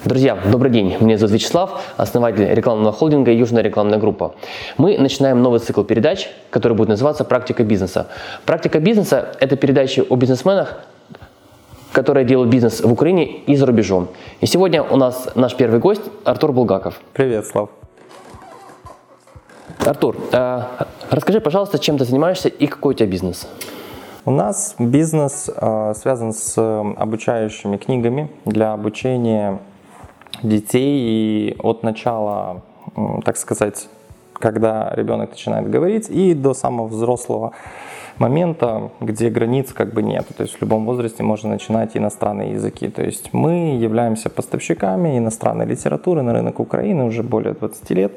Друзья, добрый день. Меня зовут Вячеслав, основатель рекламного холдинга «Южная рекламная группа». Мы начинаем новый цикл передач, который будет называться «Практика бизнеса». «Практика бизнеса» – это передачи о бизнесменах, которые делают бизнес в Украине и за рубежом. И сегодня у нас наш первый гость Артур Булгаков. Привет, Слав. Артур, расскажи, пожалуйста, чем ты занимаешься и какой у тебя бизнес? У нас бизнес связан с обучающими книгами для обучения детей и от начала, так сказать, когда ребенок начинает говорить, и до самого взрослого момента, где границ как бы нет. То есть в любом возрасте можно начинать иностранные языки. То есть мы являемся поставщиками иностранной литературы на рынок Украины уже более 20 лет.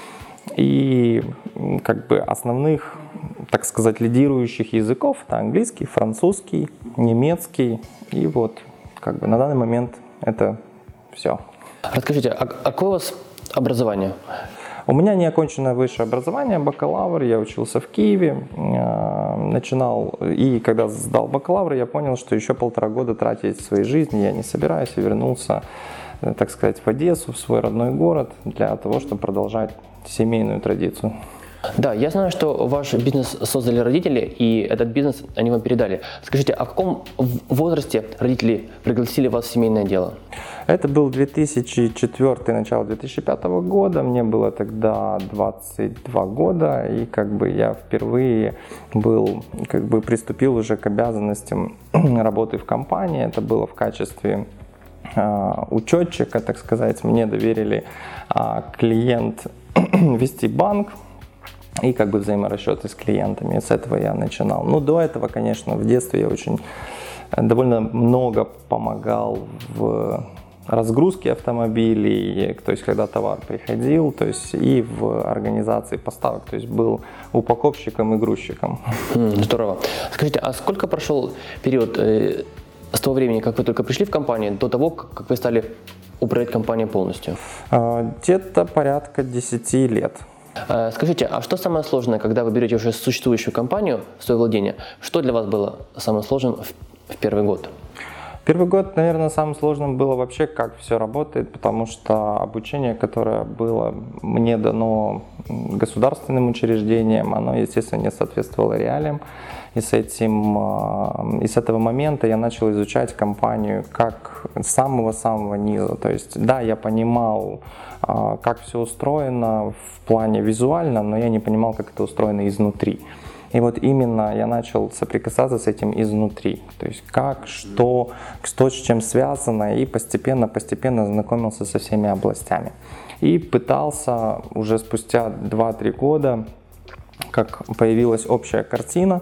И как бы основных, так сказать, лидирующих языков это английский, французский, немецкий. И вот как бы на данный момент это все. Расскажите, а какое у вас образование? У меня неоконченное высшее образование, бакалавр, я учился в Киеве, начинал, и когда сдал бакалавр, я понял, что еще 1,5 года тратить в своей жизни я не собираюсь, и вернулся, так сказать, в Одессу, в свой родной город, для того, чтобы продолжать семейную традицию. Да, я знаю, что ваш бизнес создали родители, и этот бизнес они вам передали. Скажите, а в каком возрасте родители пригласили вас в семейное дело? Это был 2004, начало 2005 года, мне было тогда 22 года, и как бы я впервые приступил уже к обязанностям работы в компании. Это было в качестве учетчика, так сказать. Мне доверили клиент вести банк и как бы взаиморасчеты с клиентами. И с этого я начинал. Ну, до этого, конечно, в детстве я довольно много помогал в разгрузке автомобилей, то есть когда товар приходил, то есть и в организации поставок, то есть был упаковщиком и грузчиком. Здорово. Скажите, а сколько прошел период с того времени, как вы только пришли в компанию, до того, как вы стали управлять компанией полностью? Где-то порядка 10 лет. Скажите, а что самое сложное, когда вы берете уже существующую компанию в свое владение? Что для вас было самым сложным в первый год? Первый год, наверное, самым сложным было вообще, как все работает, потому что обучение, которое было мне дано государственным учреждением, оно, естественно, не соответствовало реалиям. И с этого момента я начал изучать компанию как с самого-самого низа. То есть, да, я понимал, как все устроено в плане визуально, но я не понимал, как это устроено изнутри. И вот именно я начал соприкасаться с этим изнутри. То есть как, что с чем связано, и постепенно знакомился со всеми областями. И пытался уже спустя 2-3 года, как появилась общая картина,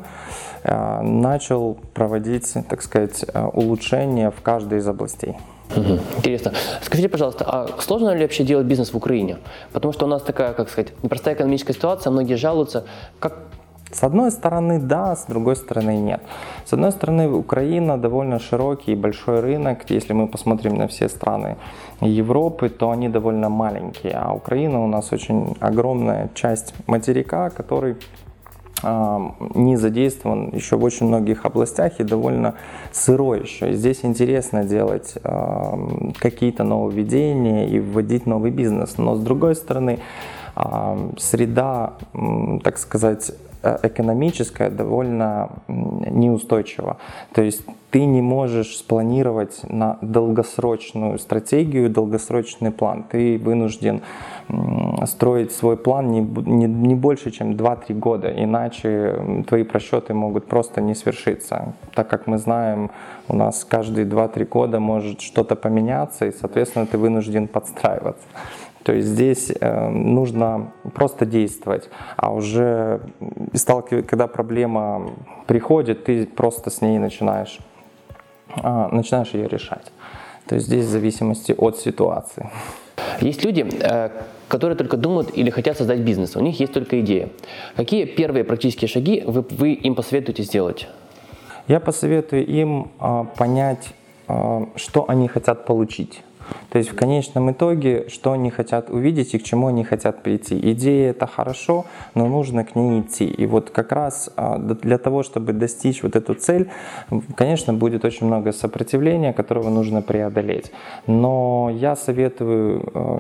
начал проводить, так сказать, улучшения в каждой из областей. Интересно. Скажите, пожалуйста, а сложно ли вообще делать бизнес в Украине? Потому что у нас такая, как сказать, непростая экономическая ситуация, многие жалуются. С одной стороны да, с другой стороны нет. С одной стороны, Украина довольно широкий и большой рынок. Если мы посмотрим на все страны Европы, то они довольно маленькие. А Украина у нас очень огромная часть материка, который не задействован еще в очень многих областях и довольно сырой еще. И здесь интересно делать какие-то нововведения и вводить новый бизнес. Но с другой стороны, среда, так сказать, экономическая довольно неустойчива. То есть ты не можешь спланировать на долгосрочную стратегию, долгосрочный план. Ты вынужден строить свой план не больше, чем 2-3 года, иначе твои просчеты могут просто не свершиться. Так как мы знаем, у нас каждые 2-3 года может что-то поменяться, и, соответственно, ты вынужден подстраиваться. То есть здесь нужно просто действовать, а уже когда проблема приходит, ты просто с ней начинаешь ее решать. То есть здесь в зависимости от ситуации. Есть люди, которые только думают или хотят создать бизнес, у них есть только идея. Какие первые практические шаги вы им посоветуете сделать? Я посоветую им понять, что они хотят получить. То есть в конечном итоге, что они хотят увидеть и к чему они хотят прийти. Идея — это хорошо, но нужно к ней идти. И вот как раз для того, чтобы достичь вот эту цель, конечно, будет очень много сопротивления, которого нужно преодолеть. Но я советую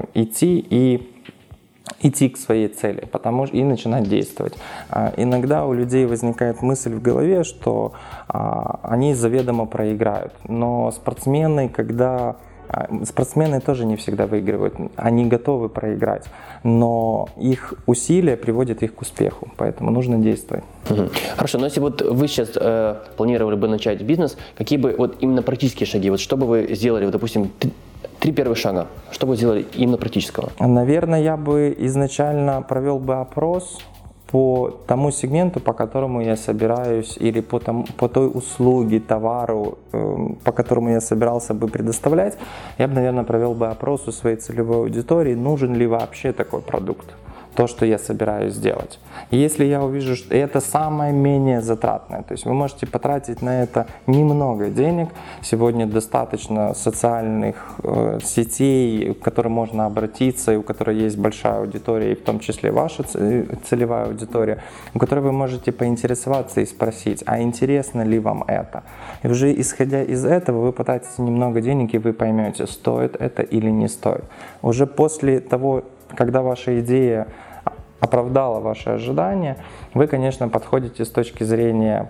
идти к своей цели, и начинать действовать. Иногда у людей возникает мысль в голове, что они заведомо проиграют. Но спортсмены тоже не всегда выигрывают. Они готовы проиграть, но их усилия приводят их к успеху, поэтому нужно действовать. Хорошо, но если вот вы сейчас планировали бы начать бизнес, какие бы вот именно практические шаги, вот что бы вы сделали, вот, допустим, 3 первых шага, что бы вы сделали именно практического? Наверное, я бы изначально провел бы опрос по тому сегменту, по которому я собираюсь, или по той услуге, товару, по которому я собирался бы предоставлять. Я бы, наверное, провел бы опрос у своей целевой аудитории, нужен ли вообще такой продукт, то, что я собираюсь сделать. И если я увижу, что это самое менее затратное, то есть вы можете потратить на это немного денег. Сегодня достаточно социальных сетей, к которым можно обратиться, и у которой есть большая аудитория, и в том числе ваша целевая аудитория, у которой вы можете поинтересоваться и спросить, а интересно ли вам это? И уже исходя из этого вы потратите немного денег, и вы поймете, стоит это или не стоит. Уже после того, когда ваша идея оправдала ваши ожидания, вы, конечно, подходите с точки зрения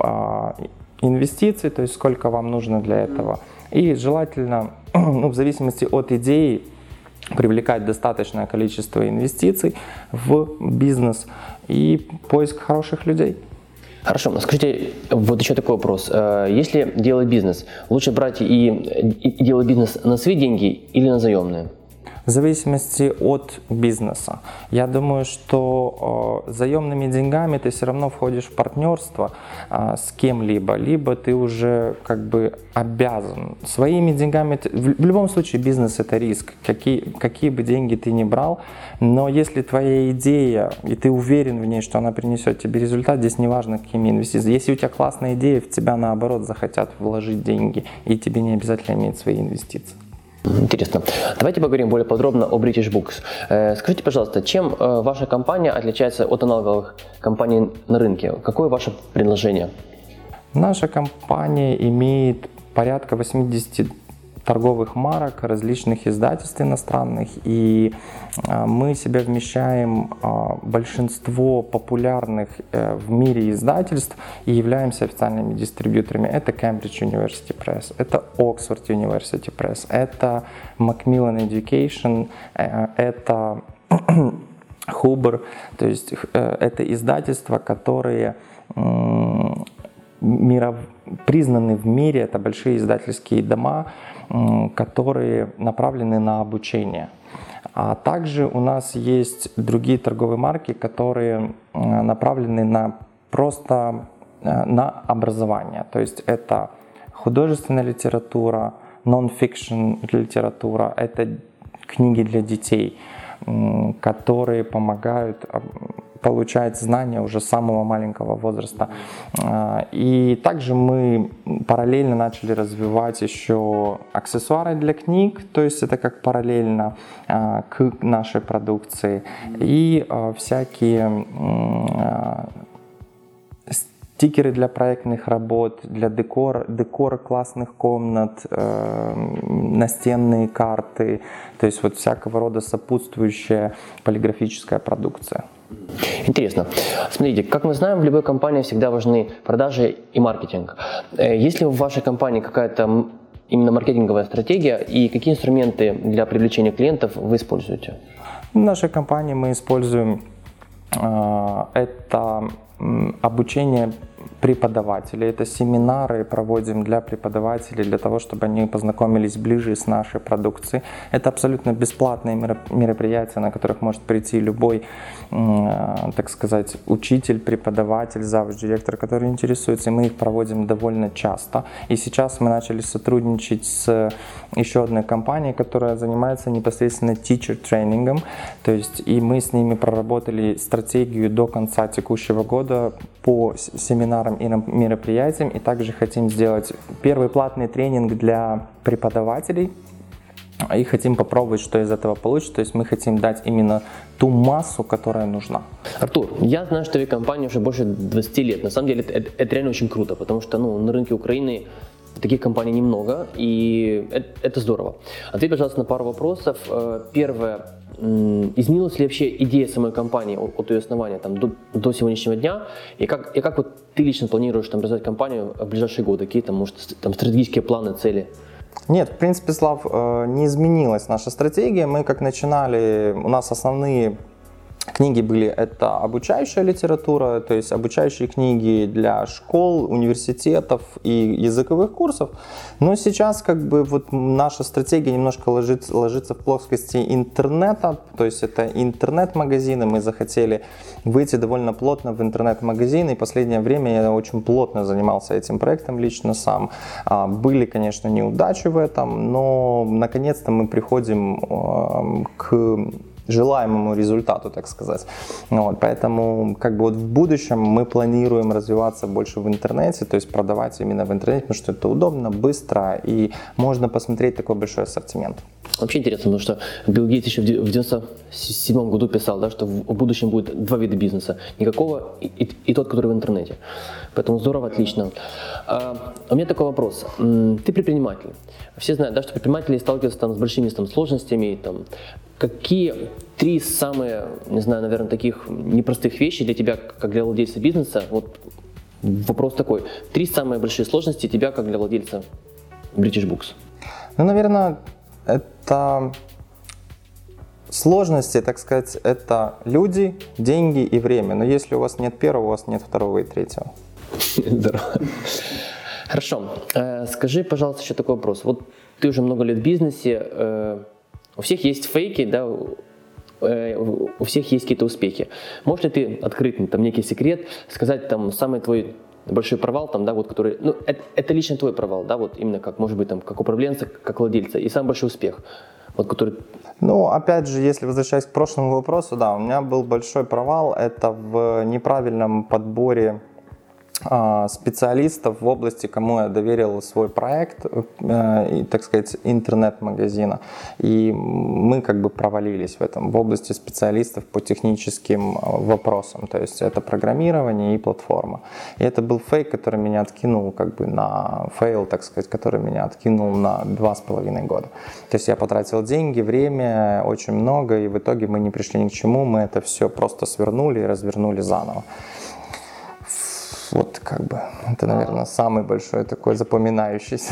инвестиций, то есть сколько вам нужно для этого. И желательно, в зависимости от идеи, привлекать достаточное количество инвестиций в бизнес и поиск хороших людей. Хорошо, скажите, вот еще такой вопрос. Если делать бизнес, лучше брать и делать бизнес на свои деньги или на заемные? В зависимости от бизнеса. Я думаю, что заемными деньгами ты все равно входишь в партнерство с кем-либо, либо ты уже как бы обязан. Своими деньгами, в любом случае бизнес — это риск, какие бы деньги ты ни брал, но если твоя идея, и ты уверен в ней, что она принесет тебе результат, здесь не важно, какими инвестициями. Если у тебя классная идея, в тебя наоборот захотят вложить деньги, и тебе не обязательно иметь свои инвестиции. Интересно. Давайте поговорим более подробно о British Books. Скажите, пожалуйста, чем ваша компания отличается от аналоговых компаний на рынке? Какое ваше предложение? Наша компания имеет порядка 80 торговых марок, различных издательств иностранных, и мы себя вмещаем большинство популярных в мире издательств и являемся официальными дистрибьюторами. Это Cambridge University Press, это Oxford University Press, это Macmillan Education, это Huber, то есть это издательства, которые признаны в мире, это большие издательские дома, которые направлены на обучение. А также у нас есть другие торговые марки, которые направлены на образование. То есть это художественная литература, нон-фикшн литература, это книги для детей, которые помогают получать знания уже с самого маленького возраста. И также мы параллельно начали развивать еще аксессуары для книг, то есть это как параллельно к нашей продукции, и всякие стикеры для проектных работ, для декора классных комнат, настенные карты, то есть вот всякого рода сопутствующая полиграфическая продукция. Интересно. Смотрите, как мы знаем, в любой компании всегда важны продажи и маркетинг. Есть ли в вашей компании какая-то именно маркетинговая стратегия и какие инструменты для привлечения клиентов вы используете? В нашей компании мы используем это обучение преподавателей, это семинары проводим для преподавателей, для того, чтобы они познакомились ближе с нашей продукцией. Это абсолютно бесплатные мероприятия, на которых может прийти любой, так сказать, учитель, преподаватель, завуч, директор, который интересуется, и мы их проводим довольно часто. И сейчас мы начали сотрудничать с еще одной компанией, которая занимается непосредственно teacher-тренингом, то есть и мы с ними проработали стратегию до конца текущего года по семинарам и мероприятиям, и также хотим сделать первый платный тренинг для преподавателей и хотим попробовать, что из этого получится. То есть мы хотим дать именно ту массу, которая нужна. Артур, я знаю, что твоей компании уже больше 20 лет. На самом деле это реально очень круто, потому что на рынке Украины таких компаний немного, и это здорово. Ответь, пожалуйста, на пару вопросов. Первое. Изменилась ли вообще идея самой компании от ее основания до сегодняшнего дня? И как вот ты лично планируешь развивать компанию в ближайшие годы? Какие может, стратегические планы, цели? Нет, в принципе, Слав, не изменилась наша стратегия. Мы как начинали, у нас основные книги были это обучающая литература, то есть обучающие книги для школ, университетов и языковых курсов. Но сейчас вот наша стратегия немножко ложится в плоскости интернета, то есть это интернет-магазины. Мы захотели выйти довольно плотно в интернет-магазины, и последнее время я очень плотно занимался этим проектом лично сам. Были, конечно, неудачи в этом, но наконец-то мы приходим к желаемому результату, так сказать. Поэтому в будущем мы планируем развиваться больше в интернете, то есть продавать именно в интернете, потому что это удобно, быстро и можно посмотреть такой большой ассортимент. Вообще интересно, потому что Билл Гейтс еще в 1997 году писал, что в будущем будет два вида бизнеса. Никакого и тот, который в интернете. Поэтому здорово, отлично. У меня такой вопрос. Ты предприниматель. Все знают, что предприниматели сталкиваются с большими сложностями. Какие три самые, не знаю, наверное, таких непростых вещи для тебя, как для владельца бизнеса? Вот вопрос такой. Три самые большие сложности тебя, как для владельца British Books? Наверное, это сложности, так сказать, это люди, деньги и время. Но если у вас нет первого, у вас нет второго и третьего. Здорово. Хорошо. Скажи, пожалуйста, еще такой вопрос. Вот ты уже много лет в бизнесе, у всех есть фейки, да, у всех есть какие-то успехи. Можешь ли ты открыть некий секрет, сказать самый твой большой провал, который, это лично твой провал, да, вот именно как, может быть, как управленца, как владельца, и самый большой успех, который... Опять же, если возвращаясь к прошлому вопросу, да, у меня был большой провал, это в неправильном подборе специалистов в области, кому я доверил свой проект, так сказать, интернет-магазина. И мы провалились в этом, в области специалистов по техническим вопросам. То есть это программирование и платформа. И это был фейк, который меня откинул на фейл, так сказать, который меня откинул на 2,5 года. То есть я потратил деньги, время, очень много, и в итоге мы не пришли ни к чему, мы это все просто свернули и развернули заново. Это, наверное, самый большой такой запоминающийся.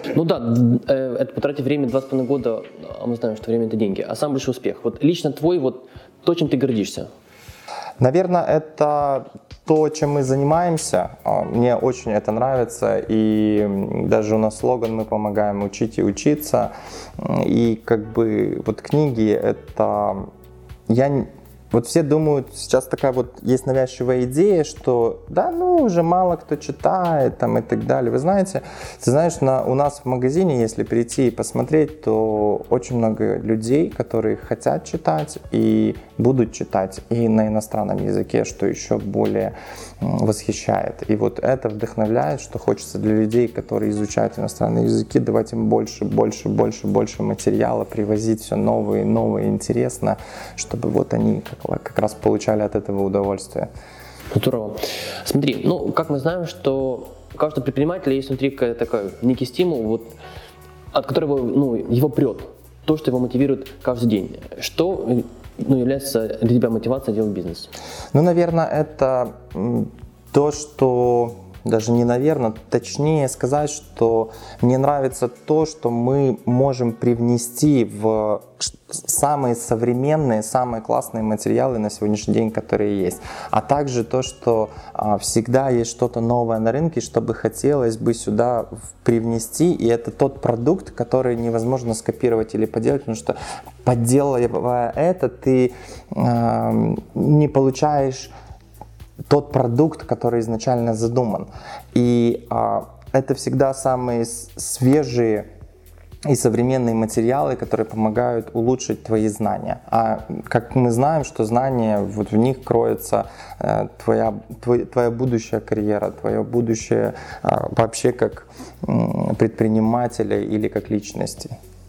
Это потратить время 2,5 года, а мы знаем, что время это деньги. А самый большой успех? Лично твой, то, чем ты гордишься? Наверное, это то, чем мы занимаемся. Мне очень это нравится. И даже у нас слоган «Мы помогаем учить и учиться». И книги это... все думают, сейчас такая есть навязчивая идея, что уже мало кто читает и так далее. Вы знаете, у нас в магазине, если прийти и посмотреть, то очень много людей, которые хотят читать и будут читать и на иностранном языке, что еще более восхищает. И это вдохновляет, что хочется для людей, которые изучают иностранные языки, давать им больше материала, привозить все новое, интересно, чтобы они как раз получали от этого удовольствие. Здорово. Смотри, как мы знаем, что у каждого предпринимателя есть внутри некий стимул, от которого его прет, то, что его мотивирует каждый день. Что является для тебя мотивацией делать бизнес? Наверное, это то, что... Даже не наверное, точнее сказать, что мне нравится то, что мы можем привнести в самые современные, самые классные материалы на сегодняшний день, которые есть. А также то, что всегда есть что-то новое на рынке, чтобы хотелось бы сюда привнести. И это тот продукт, который невозможно скопировать или поделать, потому что подделывая это, ты не получаешь тот продукт, который изначально задуман. И это всегда самые свежие и современные материалы, которые помогают улучшить твои знания. А как мы знаем, что знания, в них кроется твоя будущая карьера, твое будущее вообще как предпринимателя или как личности.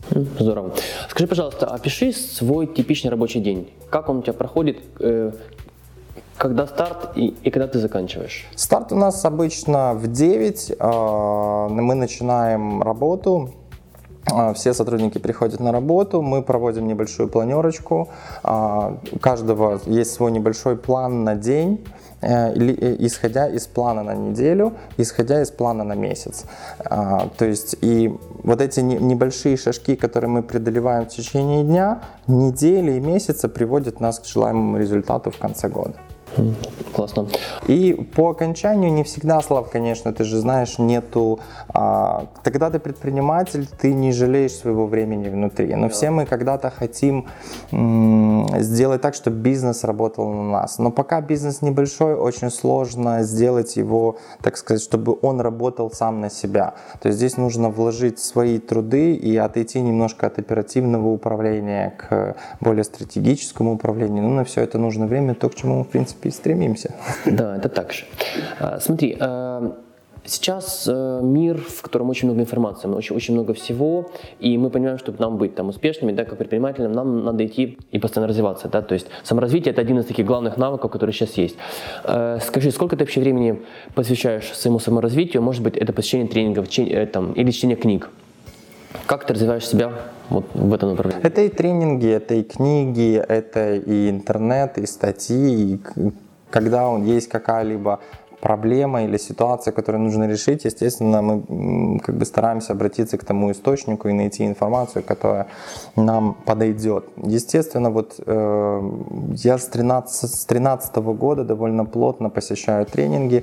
Здорово. Скажи, пожалуйста, опиши свой типичный рабочий день. Как он у тебя проходит, когда старт и когда ты заканчиваешь? Старт у нас обычно в 9, мы начинаем работу. Все сотрудники приходят на работу, мы проводим небольшую планерочку, у каждого есть свой небольшой план на день, исходя из плана на неделю, исходя из плана на месяц. То есть и вот эти небольшие шажки, которые мы преодолеваем в течение дня, недели и месяца приводят нас к желаемому результату в конце года. Классно. И по окончанию не всегда, Слав, конечно, ты же знаешь, нету... Когда ты предприниматель, ты не жалеешь своего времени внутри. Но все мы когда-то хотим сделать так, чтобы бизнес работал на нас. Но пока бизнес небольшой, очень сложно сделать его, так сказать, чтобы он работал сам на себя. То есть здесь нужно вложить свои труды и отойти немножко от оперативного управления к более стратегическому управлению. Ну, на все это нужно время, то, к чему мы, в принципе, и стремимся. Да, это так же. Смотри, сейчас мир, в котором очень много информации, очень много всего, и мы понимаем, чтобы нам быть там успешными, да, как предпринимателям, нам надо идти и постоянно развиваться, да, то есть саморазвитие – это один из таких главных навыков, которые сейчас есть. Скажи, сколько ты вообще времени посвящаешь своему саморазвитию, может быть, это посещение тренингов или чтение книг? Как ты развиваешь себя вот в этом направлении? Это и тренинги, это и книги, это и интернет, и статьи. И когда есть какая-либо проблема или ситуация, которую нужно решить, естественно, мы как бы стараемся обратиться к тому источнику и найти информацию, которая нам подойдет. Естественно, вот я с 13 года довольно плотно посещаю тренинги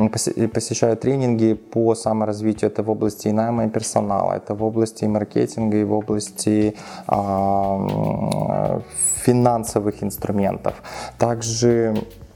по саморазвитию. Это в области и найма и персонала, это в области маркетинга и в области финансовых инструментов. Также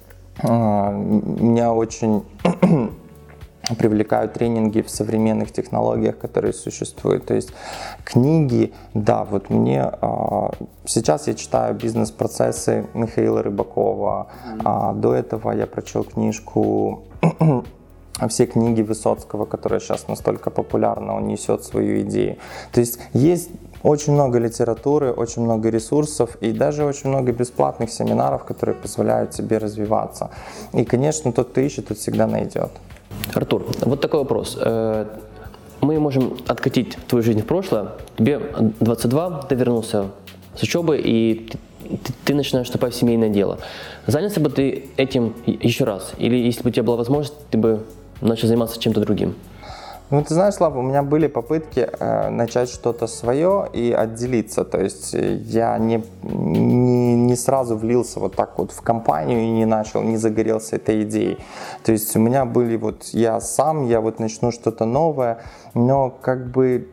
меня очень привлекают тренинги в современных технологиях, которые существуют. То есть книги, да, вот мне сейчас я читаю «Бизнес-процессы» Михаила Рыбакова. До этого я прочел книжку все книги Высоцкого, которая сейчас настолько популярна, он несет свою идею. То есть есть очень много литературы, очень много ресурсов и даже очень много бесплатных семинаров, которые позволяют тебе развиваться. И, конечно, тот, кто ищет, тот всегда найдет. Артур, вот такой вопрос. Мы можем откатить твою жизнь в прошлое. Тебе 22, ты вернулся с учебы, и ты начинаешь вступать в семейное дело. Занялся бы ты этим еще раз? Или если бы у тебя была возможность, ты бы начал заниматься чем-то другим? Ну, ты знаешь, Слава, у меня были попытки начать что-то свое и отделиться. То есть я не сразу влился вот так вот в компанию и не загорелся этой идеей. То есть у меня были вот я вот начну что-то новое, но как бы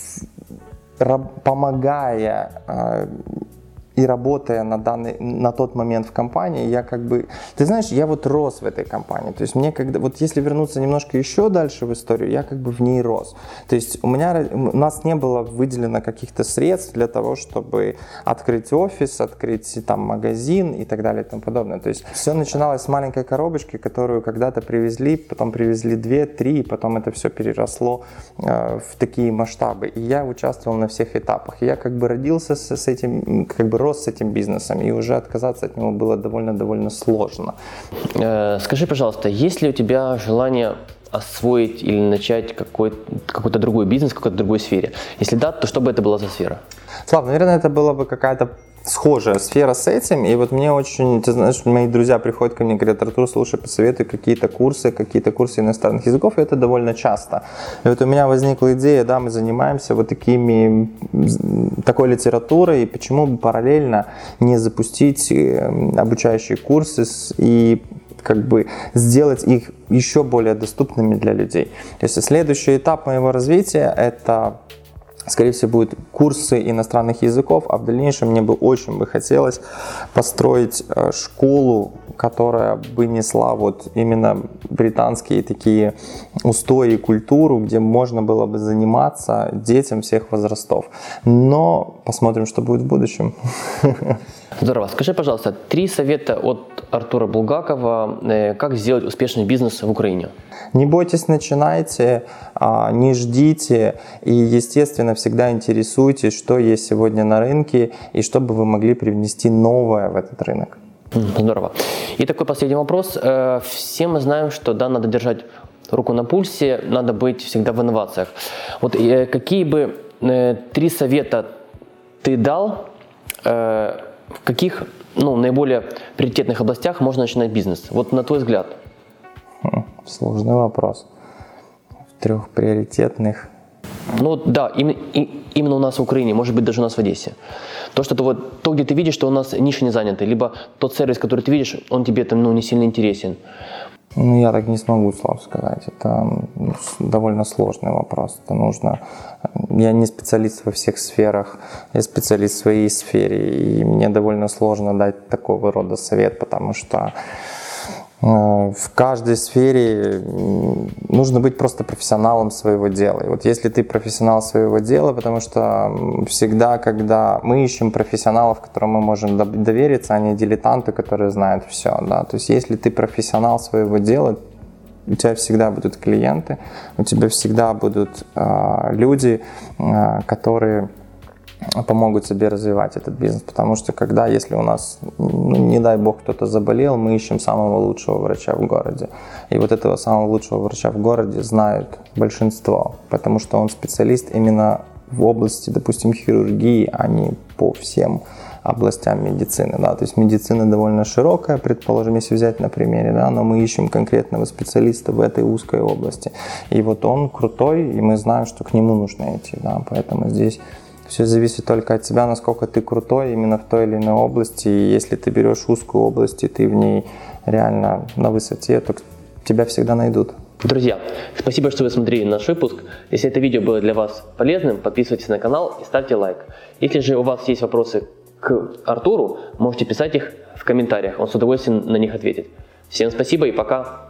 помогая и работая на тот момент в компании, я как бы, ты знаешь, я вот рос в этой компании. То есть мне вот если вернуться немножко еще дальше в историю, я как бы в ней рос. То есть у нас не было выделено каких-то средств для того, чтобы открыть офис, открыть там магазин и так далее и тому подобное. То есть все начиналось с маленькой коробочки, которую когда-то привезли, потом привезли 2-3, и потом это все переросло в такие масштабы. И я участвовал на всех этапах. И я как бы родился с этим, как бы рос с этим бизнесом, и уже отказаться от него было довольно сложно. Скажи, пожалуйста, есть ли у тебя желание освоить или начать какой-то другой бизнес в какой-то другой сфере? Если да, то что бы это была за сфера? Слав, наверное, это была бы какая-то схожая сфера с этим, и вот мне очень, ты знаешь, мои друзья приходят ко мне и говорят: Артур, слушай, посоветуй какие-то курсы иностранных языков, и это довольно часто. И вот у меня возникла идея, да, мы занимаемся вот такой литературой, и почему бы параллельно не запустить обучающие курсы и как бы сделать их еще более доступными для людей. То есть следующий этап моего развития — это, скорее всего, будут курсы иностранных языков, а в дальнейшем мне бы очень хотелось построить школу, которая бы несла вот именно британские такие устои и культуру, где можно было бы заниматься детям всех возрастов. Но посмотрим, что будет в будущем. Здорово. Скажи, пожалуйста, 3 совета от Артура Булгакова, как сделать успешный бизнес в Украине. Не бойтесь, начинайте, не ждите и, естественно, всегда интересуйтесь, что есть сегодня на рынке и что бы вы могли привнести новое в этот рынок. Здорово. И такой последний вопрос. Все мы знаем, что да, надо держать руку на пульсе, надо быть всегда в инновациях. Вот какие бы 3 совета ты дал, в каких наиболее приоритетных областях можно начинать бизнес? Вот на твой взгляд. Сложный вопрос. В 3 приоритетных. Ну да, именно у нас в Украине, может быть даже у нас в Одессе. То, где ты видишь, что у нас ниши не заняты, либо тот сервис, который ты видишь, он тебе там не сильно интересен. Я так не смогу, Слав, сказать. Это довольно сложный вопрос. Это нужно. Я не специалист во всех сферах, я специалист в своей сфере, и мне довольно сложно дать такого рода совет, потому что в каждой сфере нужно быть просто профессионалом своего дела. И вот если ты профессионал своего дела, потому что всегда, когда мы ищем профессионалов, которым мы можем довериться, а не дилетанты, которые знают все. Да? То есть если ты профессионал своего дела, у тебя всегда будут клиенты, у тебя всегда будут люди, которые помогут тебе развивать этот бизнес, потому что если у нас, не дай бог, кто-то заболел, мы ищем самого лучшего врача в городе. И вот этого самого лучшего врача в городе знают большинство, потому что он специалист именно в области, допустим, хирургии, а не по всем областям медицины. Да? То есть медицина довольно широкая, предположим, если взять на примере, да? Но мы ищем конкретного специалиста в этой узкой области. И вот он крутой, и мы знаем, что к нему нужно идти. Да? Поэтому здесь все зависит только от тебя, насколько ты крутой именно в той или иной области. И если ты берешь узкую область, и ты в ней реально на высоте, то тебя всегда найдут. Друзья, спасибо, что вы смотрели наш выпуск. Если это видео было для вас полезным, подписывайтесь на канал и ставьте лайк. Если же у вас есть вопросы к Артуру, можете писать их в комментариях, он с удовольствием на них ответит. Всем спасибо и пока!